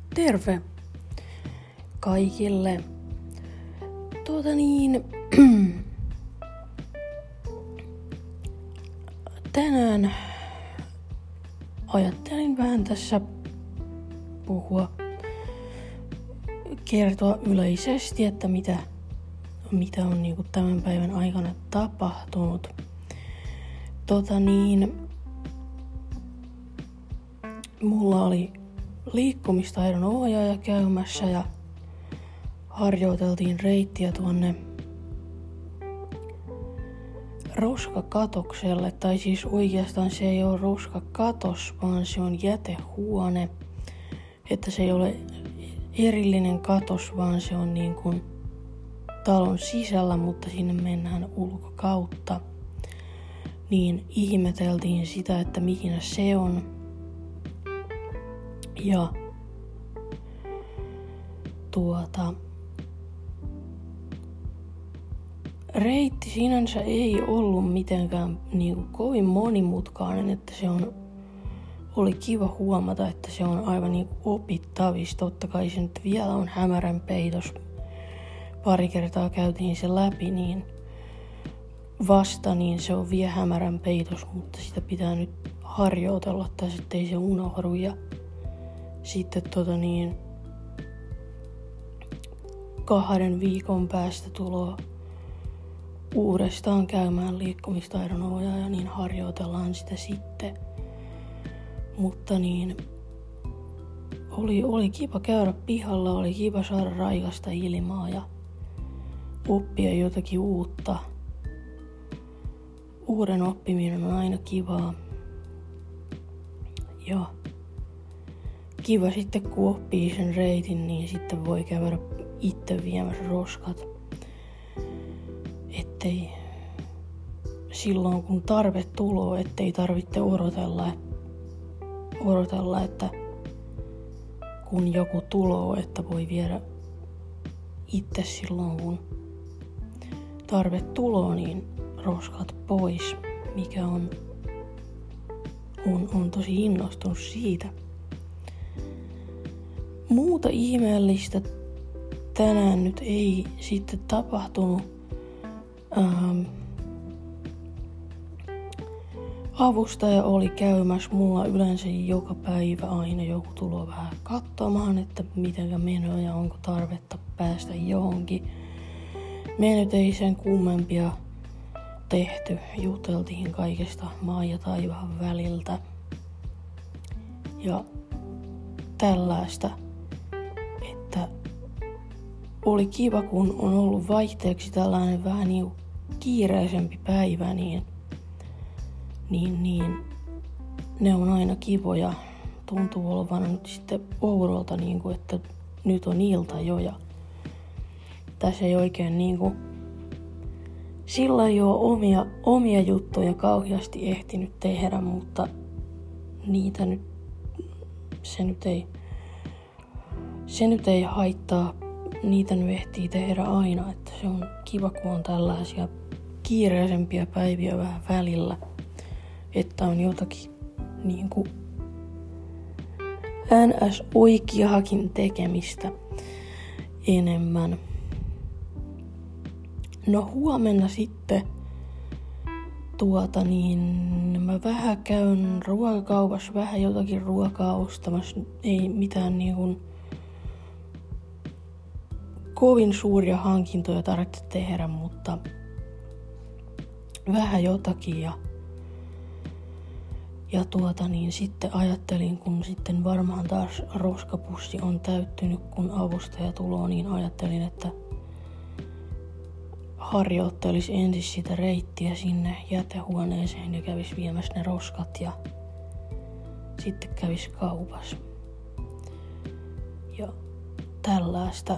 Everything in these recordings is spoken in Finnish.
Terve kaikille. Tänään ajattelin vähän tässä kertoa yleisesti, että mitä on niinku tämän päivän aikana tapahtunut. Mulla oli liikkumistaidon ohjaaja käymässä ja harjoiteltiin reittiä tuonne roskakatokselle. Tai siis oikeastaan se ei ole roskakatos, vaan se on jätehuone. Että se ei ole erillinen katos, vaan se on niin kuin talon sisällä, mutta sinne mennään ulkokautta. Niin ihmeteltiin sitä, että mihin se on. Ja reitti sinänsä ei ollut mitenkään niinku kovin monimutkainen, että oli kiva huomata, että se on aivan niinku opittavissa. Totta kai se nyt vielä on hämärän peitos. Pari kertaa käytiin se läpi, niin se on vielä hämärän peitos, mutta sitä pitää nyt harjoitella tässä, ettei se unohdu. Ja sitten 2 viikon päästä tuloa uudestaan käymään liikkumistaidon ohjaaja, niin harjoitellaan sitä sitten. Mutta oli kiva käydä pihalla, oli kiva saada raikasta ilmaa ja oppia jotakin uutta. Uuden oppiminen on aina kivaa. Ja kiva sitten kun oppii sen reitin, niin sitten voi käydä itse viemässä roskat. Ettei silloin kun tarve tulee, ettei tarvitse odotella, että kun joku tuloo, että voi viedä itse silloin kun tarve tuloo, niin roskat pois, mikä on tosi innostunut siitä. Muuta ihmeellistä tänään nyt ei sitten tapahtunut. Avustaja oli käymässä mulla yleensä joka päivä aina joku tulo vähän katsomaan, että mitenkä menee ja onko tarvetta päästä johonkin. Me nyt ei sen kummempia tehty, juteltiin kaikesta maan ja taivaan väliltä ja tällaista, että oli kiva, kun on ollut vaihteeksi tällainen vähän niin kiireisempi päivä, niin ne on aina kivoja. Tuntuu olevan nyt sitten oudolta, että nyt on ilta jo ja tässä ei oikein sillä ei ole omia juttuja kauheasti ehtinyt tehdä, mutta niitä nyt se nyt ei haittaa. Niitä nyt ehtii tehdä aina, että se on kiva, kun on tällaisia kiireisempiä päiviä vähän välillä, että on jotakin NS oikeahakin tekemistä enemmän. No huomenna sitten mä vähän käyn ruokakaupassa, vähän jotakin ruokaa ostamassa, ei mitään kovin suuria hankintoja tarvitse tehdä, mutta vähän jotakin ja sitten ajattelin, kun sitten varmaan taas roskapussi on täyttynyt, kun avustaja tulee, niin ajattelin, että harjoittelisi ensin sitä reittiä sinne jätehuoneeseen ja kävisi viemässä ne roskat ja sitten kävisi kaupassa. Ja tällaista.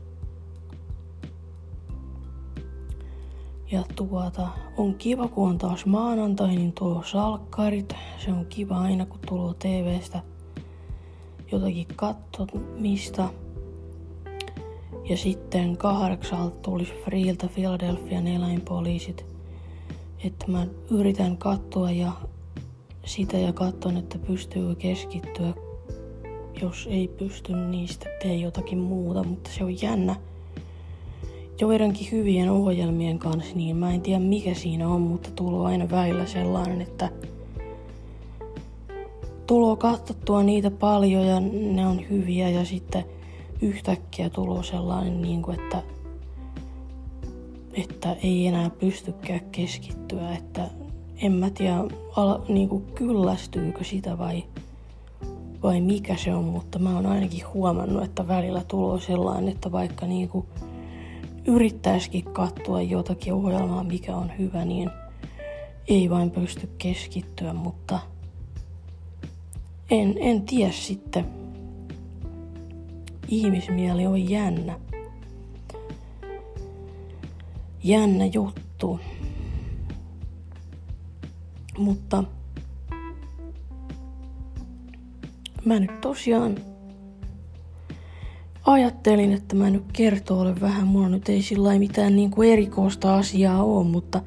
Ja on kiva, kun on taas maanantai, niin tuo salkkarit. Se on kiva aina, kun tulee TV:stä jotakin katsomista. Ja sitten 8 tulisi Freeltä Philadelphian eläinpoliisit. Että mä yritän katsoa ja katson, että pystyy keskittyä jos ei pysty, niin sitten tee jotakin muuta, mutta se on jännä. Joidenkin hyvien ohjelmien kanssa, niin mä en tiedä mikä siinä on, mutta tulee aina välillä sellainen, että tulee katsottua niitä paljon ja ne on hyviä ja sitten yhtäkkiä tulee sellainen, niin kuin, että ei enää pystykään keskittyä, että en mä tiedä niin kuin kyllästyykö sitä vai mikä se on, mutta mä oon ainakin huomannut, että välillä tulee sellainen, että vaikka niin kuin yrittäisikin katsoa jotakin ohjelmaa, mikä on hyvä, niin ei vain pysty keskittyä, mutta en tiedä sitten. Ihmismieli on jännä. Jännä juttu. Mutta mä nyt tosiaan ajattelin, että mä nyt kertoilen vähän. Mulla nyt ei sillä mitään niin kuin erikoista asiaa ole, mutta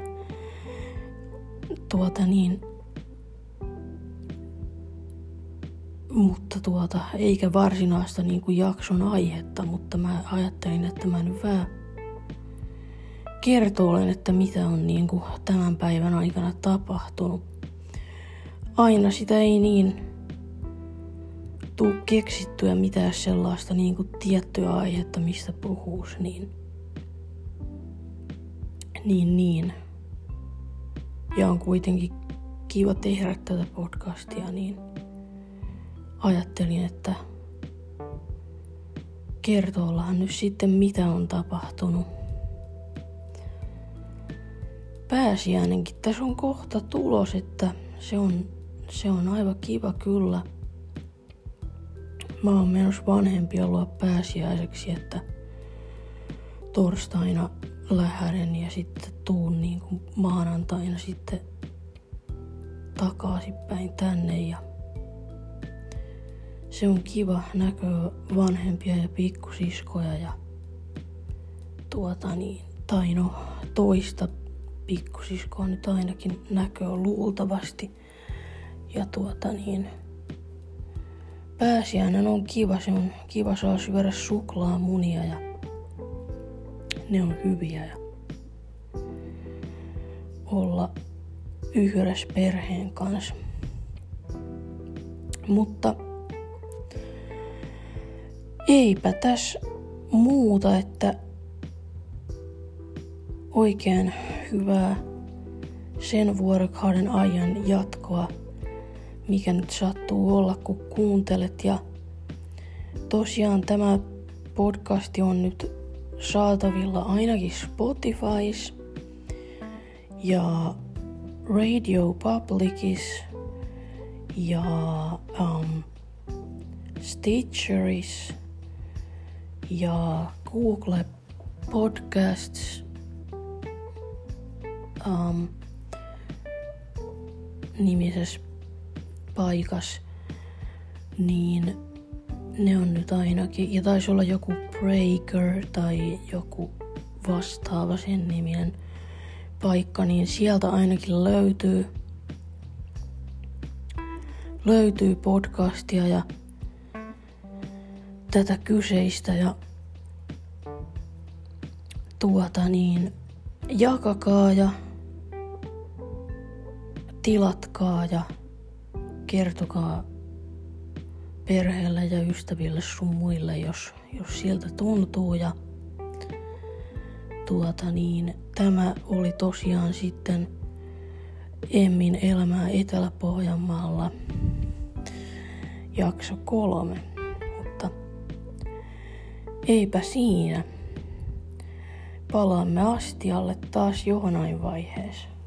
eikä varsinaista niin kuin jakson aihetta, mutta mä ajattelin, että mä nyt vähän kertoilen, että mitä on niin kuin tämän päivän aikana tapahtunut. Aina sitä ei niin tuu keksittyä mitään sellaista niin kuin tiettyä aihetta, mistä puhuisi, niin. Ja on kuitenkin kiva tehdä tätä podcastia, niin ajattelin, että kertoillaan nyt sitten mitä on tapahtunut. Pääsiäinenkin tässä on kohta tulos, että se on aivan kiva kyllä. Mä oon menossa vanhempien luo pääsiäiseksi, että torstaina lähden ja sitten tuun niin kuin maanantaina sitten takaisinpäin tänne ja se on kiva näköä vanhempia ja pikkusiskoja ja toista pikkusiskoa nyt ainakin näköä luultavasti ja pääsiäinen on kiva, se on kiva saa syödä suklaamunia ja ne on hyviä ja olla yhdessä perheen kanssa. Mutta eipä tässä muuta, että oikein hyvää sen vuorokauden ajan jatkoa, mikä nyt sattuu olla, kun kuuntelet. Ja tosiaan tämä podcasti on nyt saatavilla ainakin Spotifys ja Radio Publicis ja Stitcheris ja Google Podcasts nimisessä paikassa, niin ne on nyt ainakin, ja taisi olla joku Breaker tai joku vastaava sen niminen paikka, niin sieltä ainakin löytyy podcastia ja tätä kyseistä ja jakakaa ja tilatkaa ja kertokaa perheelle ja ystäville sun muille, jos siltä tuntuu. Ja tämä oli tosiaan sitten Emmin elämää Etelä-Pohjanmaalla jakso 3, mutta eipä siinä. Palaamme astialle taas johonain vaiheessa.